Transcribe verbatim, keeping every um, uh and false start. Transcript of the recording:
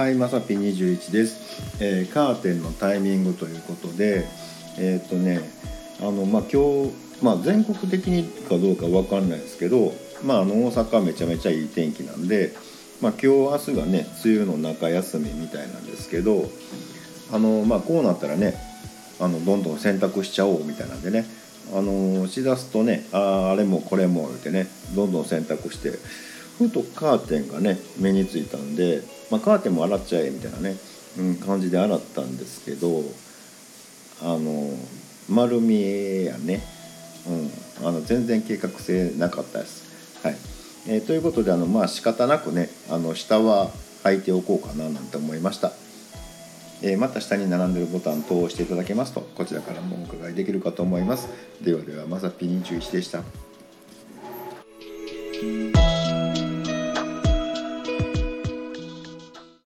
はい、まさぴにじゅういちです、えー、カーテンのタイミングということでえっ、ー、とねあのまあ今日、まあ、全国的にかどうか分かんないですけど、まあ、あの大阪はめちゃめちゃいい天気なんで、まあ、今日明日がね梅雨の中休みみたいなんですけど、あのまあこうなったらねあのどんどん洗濯しちゃおうみたいなんでね、あのしだすとね あ, あれもこれも言ってねどんどん洗濯して、ふとカーテンがね目についたんで、まあ、カーテンも洗っちゃえみたいなね、うん、感じで洗ったんですけど、あの丸見えやね、うん、あの全然計画性なかったです。はい、えー、ということであのまあ仕方なくねあの下は履いておこうかななんて思いました。えー、また下に並んでいるボタン等を押していただけますとこちらからもお伺いできるかと思います。ではではまさぴにじゅういちでした。